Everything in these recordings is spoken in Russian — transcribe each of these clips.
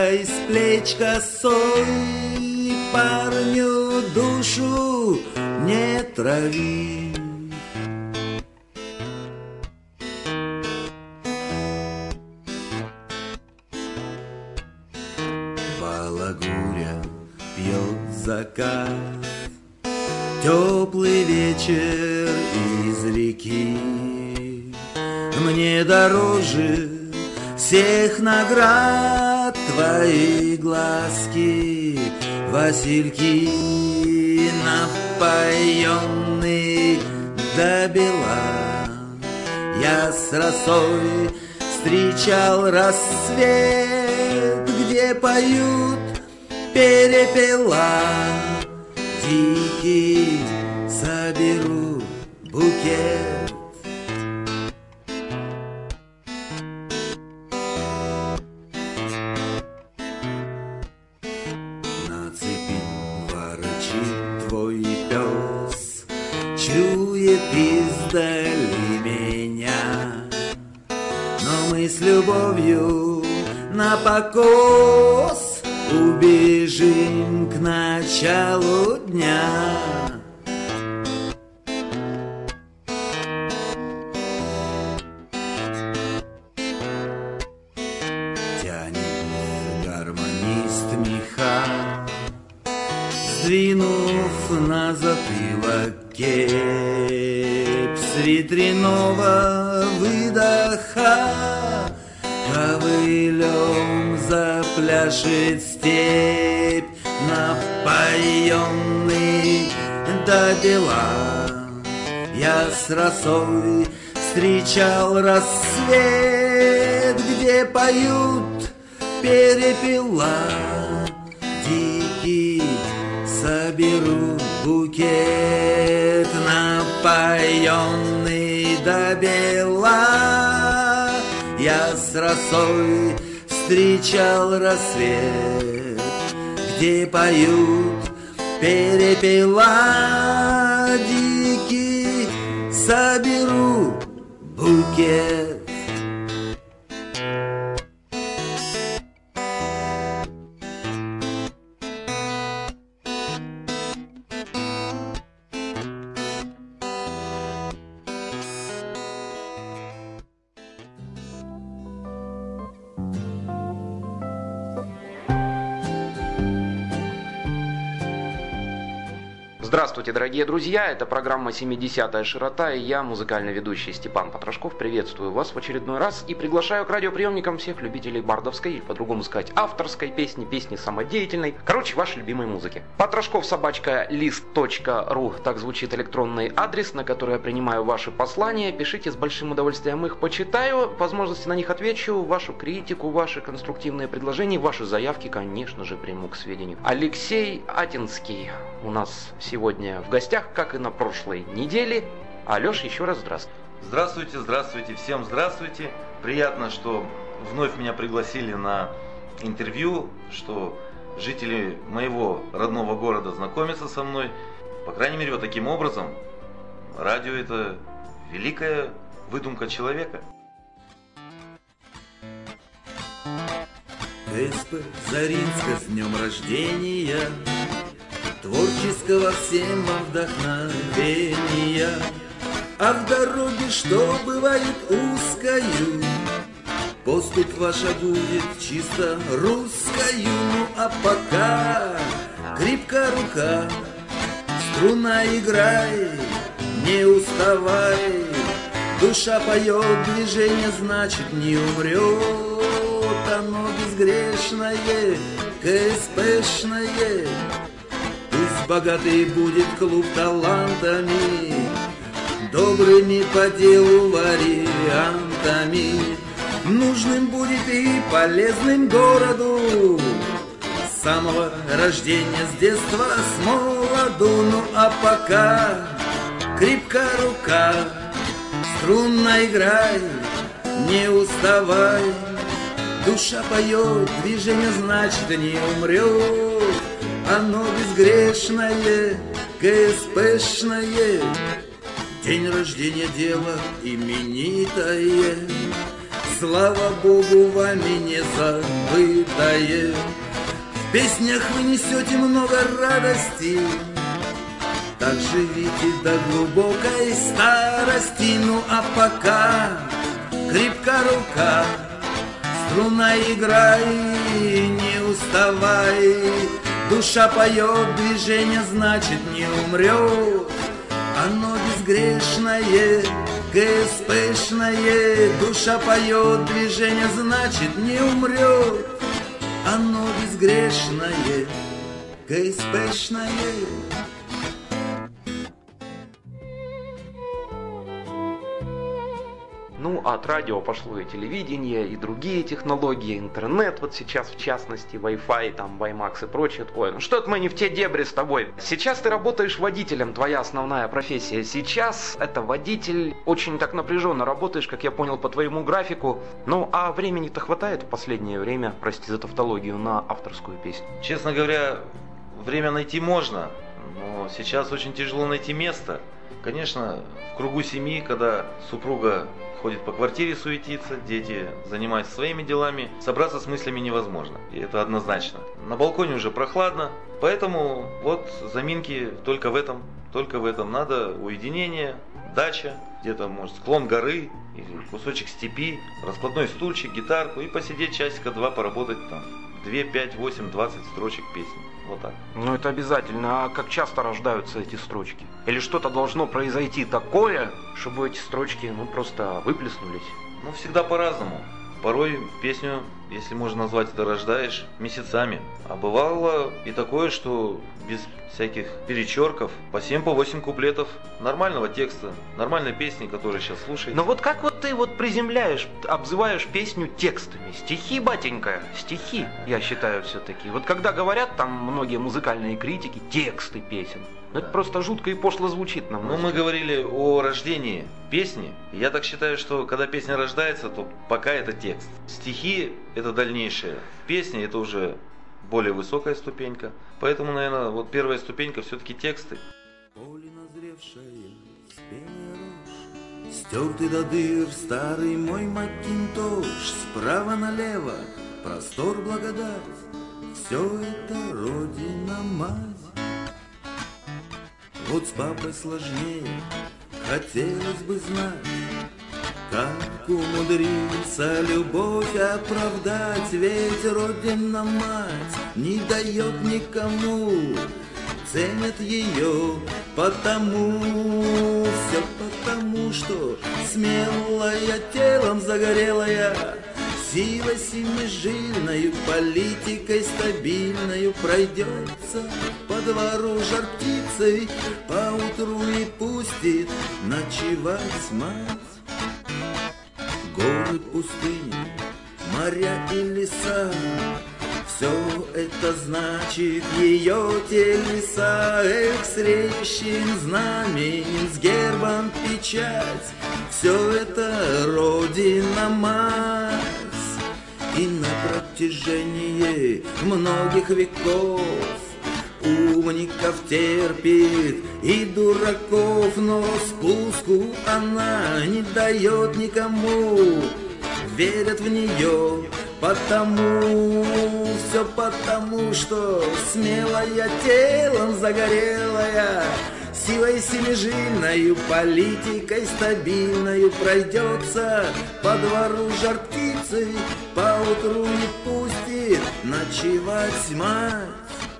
сбивай с плеч косой, парню душу не трави. Балагуря пьет закат, теплый вечер из реки. Мне дороже всех наград твои глазки, васильки напоенные до бела. Я с росой встречал рассвет, где поют перепела. Дикий соберу букет. На цепи ворочит твой пес, чует издали меня. Но мы с любовью на покос убежим к началу дня. Тянет гармонист меха, сдвинув на затылок кепь с ветряного выдоха. Ковылем запляшет степь, напоенный до бела. Я с росой встречал рассвет, где поют перепела. Дикий соберу букет, напоенный до бела. Я с росой встречал рассвет, где поют перепела. Дикий соберу букет. Здравствуйте, дорогие друзья, это программа «70-я широта» и я, музыкальный ведущий Степан Потрошков, приветствую вас в очередной раз и приглашаю к радиоприемникам всех любителей бардовской, или по-другому сказать, авторской песни, песни самодеятельной, короче, вашей любимой музыки. Потрошков@list.ru, так звучит электронный адрес, на который я принимаю ваши послания, пишите, с большим удовольствием их почитаю, по возможности на них отвечу, вашу критику, ваши конструктивные предложения, ваши заявки, конечно же, приму к сведению. Алексей Атинский у нас сегодня в гостях, как и на прошлой неделе. Алёш, еще раз здравствуй. Здравствуйте, здравствуйте, всем здравствуйте. Приятно, что вновь меня пригласили на интервью, что жители моего родного города знакомятся со мной. По крайней мере, вот таким образом. Радио – это великая выдумка человека. КСП Заринска, с днем рождения, творческого всем вам вдохновения. А в дороге, что бывает узкою, поступь ваша будет чисто русскою. Ну а пока крепка рука, струна играй, не уставай. Душа поет, движение значит не умрет. Оно безгрешное, КСПшное. Пусть богатый будет клуб талантами, добрыми по делу вариантами. Нужным будет и полезным городу с самого рождения, с детства, с молоду. Ну а пока крепка рука, струнно играй, не уставай. Душа поет, движение значит не умрет. Оно безгрешное, КСПшное. День рождения дело именитое. слава Богу, вами не забытое. В песнях вы несете много радости, так живите до глубокой старости. Ну а пока крепка рука, струна играй, не уставай. Душа поет, движение значит не умрет. Оно безгрешное, КСПшное. Душа поет, движение значит не умрет. Оно безгрешное, КСПшное. Ну, от радио пошло и телевидение, и другие технологии, интернет вот сейчас в частности, Wi-Fi, там, WiMAX и прочее. Ой, ну что-то мы не в те дебри с тобой. Сейчас ты работаешь водителем, твоя основная профессия. Сейчас это водитель, очень так напряженно работаешь, как я понял по твоему графику. Ну, а времени-то хватает в последнее время, прости за тавтологию, на авторскую песню? Честно говоря, время найти можно, но сейчас очень тяжело найти место. Конечно, в кругу семьи, когда супруга ходит по квартире, суетится, дети занимаются своими делами, собраться с мыслями невозможно, и это однозначно. На балконе уже прохладно, поэтому вот заминки только в этом. Надо уединение, дача, где-то, может, склон горы, или кусочек степи, раскладной стульчик, гитарку и посидеть часика-два, поработать там 2, 5, 8, 20 строчек песни. Вот так. Ну это обязательно. А как часто рождаются эти строчки? Или что-то должно произойти такое, чтобы эти строчки, ну, просто выплеснулись? Ну, всегда по-разному. Порой песню, если можно назвать это, рождаешь месяцами. А бывало и такое, что без всяких перечерков, по 7, по 8 куплетов нормального текста, нормальной песни, которую сейчас слушаете. Но вот как вот ты вот приземляешь, обзываешь песню текстами? Стихи, батенька, стихи, я считаю все-таки. Вот когда говорят там многие музыкальные критики, тексты песен, ну это просто жутко и пошло звучит, на мой взгляд. Мы говорили о рождении песни. Я так считаю, что когда песня рождается, то пока это текст. Стихи это дальнейшее. Песня это уже более высокая ступенька. Поэтому, наверное, вот первая ступенька все-таки тексты. Поле назревшее, спелая рожь, стертый до дыр старый мой макинтош, справа налево простор, благодать, все это родина мать. Вот с папой сложнее, хотелось бы знать, как умудрился любовь оправдать, ведь родина мать не дает никому, ценят ее потому, все потому, что смелая, телом загорелая, силой семижильною, политикой стабильною пройдется по двору жар птицей, поутру и пустит ночевать мать. Горы, пустыни, моря и леса, все это значит ее телеса. Эх, с речищем знаменем, с гербом печать, все это родина мать. И на протяжении многих веков умников терпит и дураков, но спуску она не дает никому. Верят в нее потому, все потому, что смелая, телом загорелая, силой семижильною, политикой стабильною пройдется по двору жар птицы, поутру не пустит ночевать мать.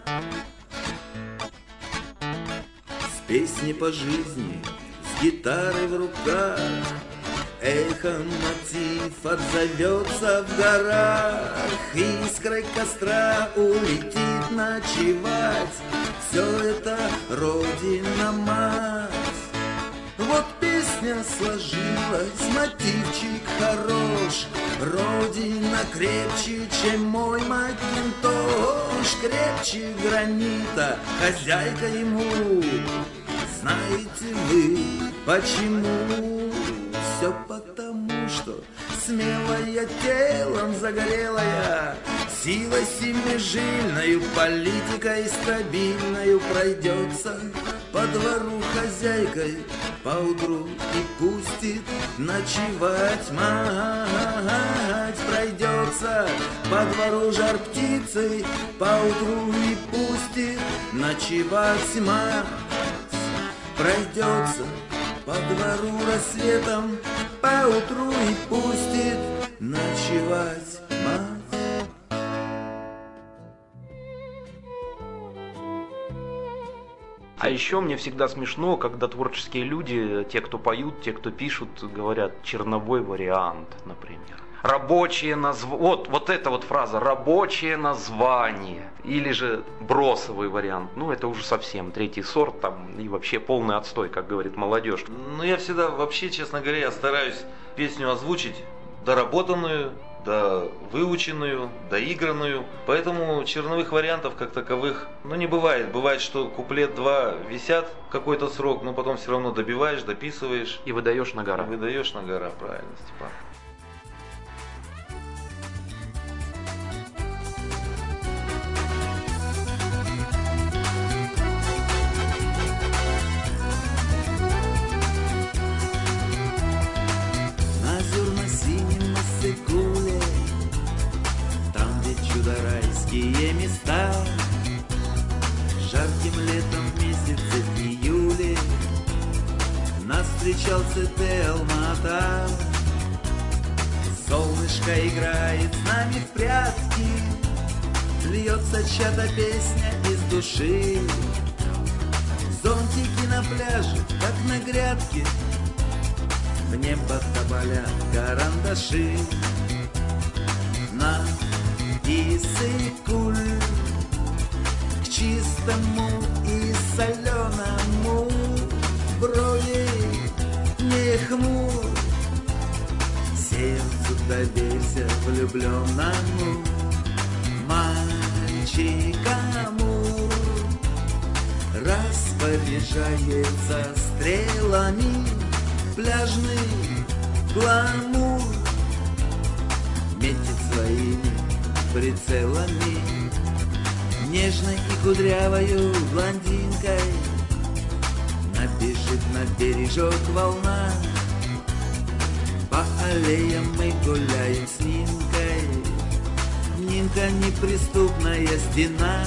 С песней по жизни, с гитарой в руках, эхом мотив отзовется в горах, искрой костра улетит ночевать, все это родина мать. Вот песня сложилась, мотивчик хорош, родина крепче, чем мой макинтош, крепче гранита, хозяйка ему. Знаете вы почему? Все потому, что смелая, телом загорелая, силой семижильною, политикой стабильною пройдется по двору хозяйкой поутру и пустит ночевать мать. Пройдется по двору жар птицей поутру и пустит ночевать мать. Пройдется по двору рассветом поутру и пустит ночевать мать. А еще мне всегда смешно, когда творческие люди, те, кто поют, те, кто пишут, говорят черновой вариант, например. Рабочее название, вот эта вот фраза, рабочее название, или же бросовый вариант, ну это уже совсем третий сорт там и вообще полный отстой, как говорит молодежь. Ну я всегда вообще, честно говоря, я стараюсь песню озвучить доработанную, да выученную, доигранную, поэтому черновых вариантов как таковых, ну не бывает. Бывает, что куплет-два висят какой-то срок, но потом все равно добиваешь, дописываешь. И выдаешь на гора. Выдаешь на гора, правильно, Степан. На зерно-синем Иссык-Куле, там, где чудо-райские места, жарким летом в месяце июле нас встречал ЦТ Алма-Ата. Солнышко играет с нами в прятки, льется чья-то песня из души. Зонтики на пляже, как на грядке, в небо тополя карандаши. На Иссык-Куль, к чистому и соленому, брови не хмурь, сердцу доверься влюбленному. Мальчик Амур распоряжается стрелами, пляжный гламур метит своими прицелами. Нежной и кудрявою блондинкой набежит на бережок волна. По аллеям мы гуляем с Нинкой, Нинка неприступная стена.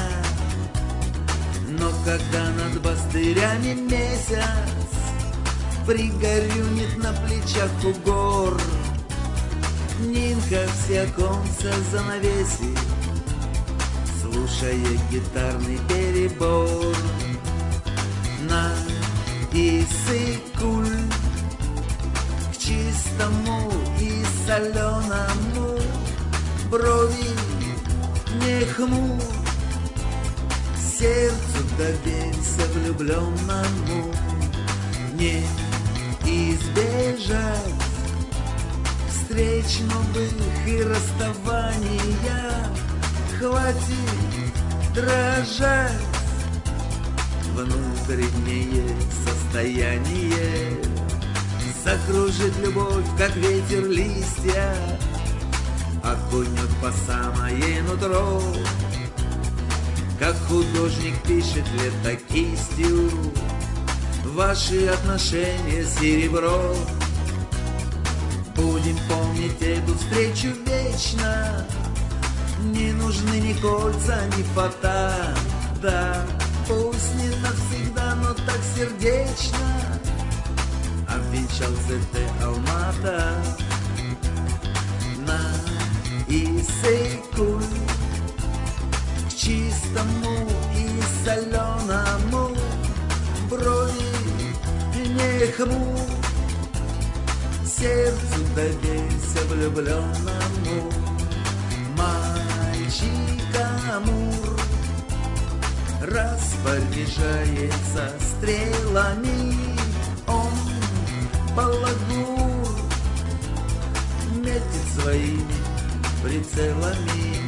Но когда над бастырями месяц пригорюнит на плечах бугор, Нинка все оконца занавесит, слушая гитарный перебор. На Иссык-Куль, к чистому и соленому, брови не хмурь, сердцу доверься влюбленному. Не избежать встреч новых и расставания, хватит дрожать, внутреннее состояние закружит любовь, как ветер листья, окунет по самое нутро, как художник пишет летокистью ваши отношения серебро. Будем помнить эту встречу вечно, не нужны ни кольца, ни фото. Да, пусть не навсегда, но так сердечно обвенчал ЦТ Алма-Ата. На Иссык-Куль, к чистому и соленому, брови не хмурь, сердцу доверься влюбленному. Мальчик Амур распоряжается стрелами, он балагур метит своими прицелами.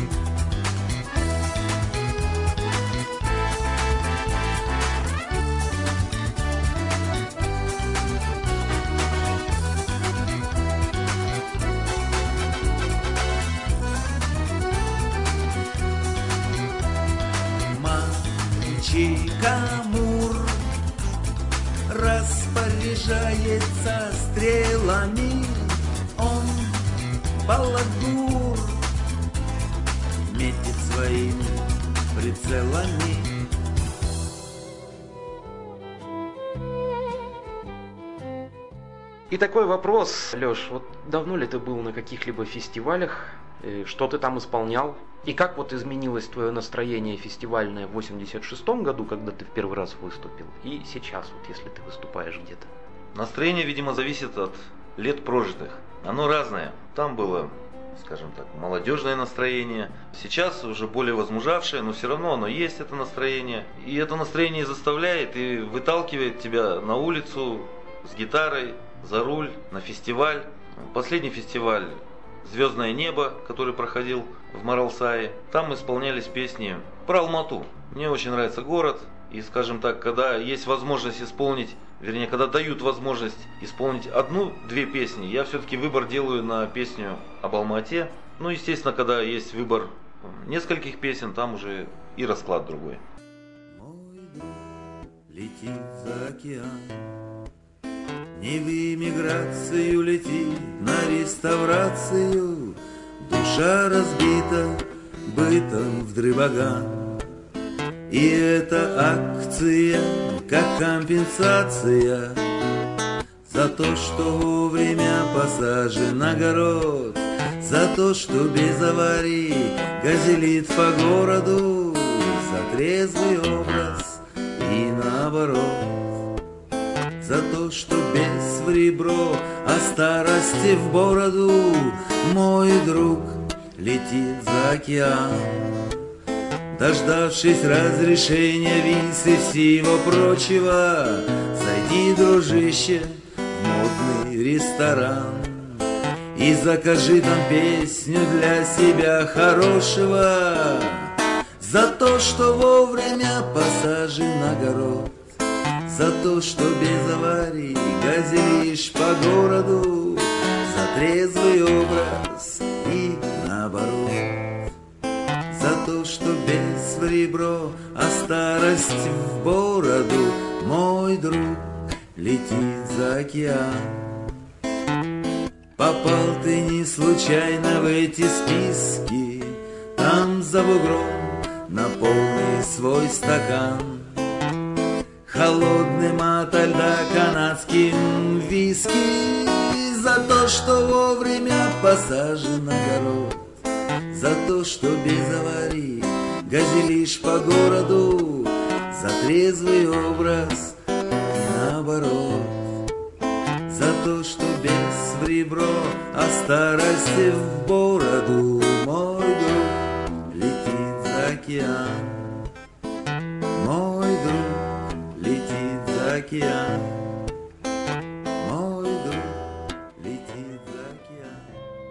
Мальчик Амур сражается стрелами, он балагур метит своими прицелами. И такой вопрос, Лёш, вот давно ли ты был на каких-либо фестивалях, что ты там исполнял? И как вот изменилось твое настроение фестивальное в 86-м году, когда ты в первый раз выступил, и сейчас, вот если ты выступаешь где-то? Настроение, видимо, зависит от лет прожитых. Оно разное. Там было, скажем так, молодежное настроение. Сейчас уже более возмужавшее, но все равно оно есть, это настроение. И это настроение заставляет и выталкивает тебя на улицу с гитарой, за руль, на фестиваль. Последний фестиваль «Звездное небо», который проходил в Маралсае. Там исполнялись песни про Алмату. Мне очень нравится город. И, скажем так, когда есть возможность исполнить, вернее, когда дают возможность исполнить одну-две песни, я все-таки выбор делаю на песню об Алмате. Ну, естественно, когда есть выбор нескольких песен, там уже и расклад другой. Мой друг летит за океан, не в эмиграцию летит, на реставрацию. Душа разбита бытом вдребаган. И эта акция, как компенсация за то, что вовремя посажен огород, за то, что без аварий газелит по городу, за трезвый образ и наоборот, за то, что без в ребро, а старости в бороду. Мой друг летит за океан, дождавшись разрешения виз и всего прочего. Зайди, дружище, в модный ресторан и закажи там песню для себя хорошего, за то, что вовремя посажен огород, за то, что без аварий газелишь по городу, за трезвый образ и наоборот, за то, что без в ребро, а старость в бороду. Мой друг летит за океан. Попал ты не случайно в эти списки, там за бугром наполни свой стакан холодным ото льда канадским виски, за то, что вовремя посажен огород, за то, что без аварий газелишь по городу, за трезвый образ и наоборот, за то, что без в ребро, а старости в бороду. Мой друг летит за океан, мой друг летит за океан, мой друг летит за океан.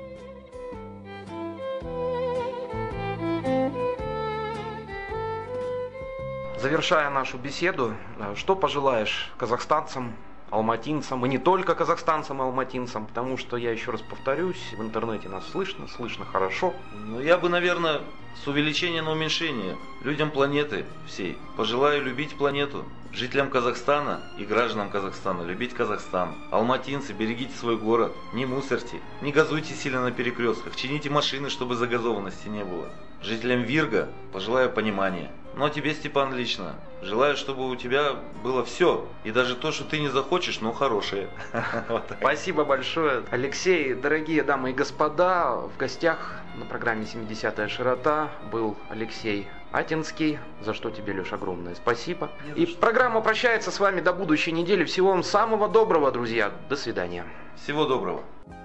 Завершая нашу беседу, что пожелаешь казахстанцам, алматинцам, и не только казахстанцам и алматинцам, потому что, я еще раз повторюсь, в интернете нас слышно хорошо. Ну, я бы, наверное, с увеличения на уменьшение людям планеты всей пожелаю любить планету, жителям Казахстана и гражданам Казахстана любить Казахстан. Алматинцы, берегите свой город, не мусорьте, не газуйте сильно на перекрестках, чините машины, чтобы загазованности не было. Жителям Вирга пожелаю понимания. Ну а тебе, Степан, лично желаю, чтобы у тебя было все, и даже то, что ты не захочешь, но хорошее. Спасибо большое, Алексей. Дорогие дамы и господа, в гостях на программе «70-я широта» был Алексей Атинский, за что тебе, Леш, огромное спасибо. И программа прощается с вами до будущей недели. Всего вам самого доброго, друзья. До свидания. Всего доброго.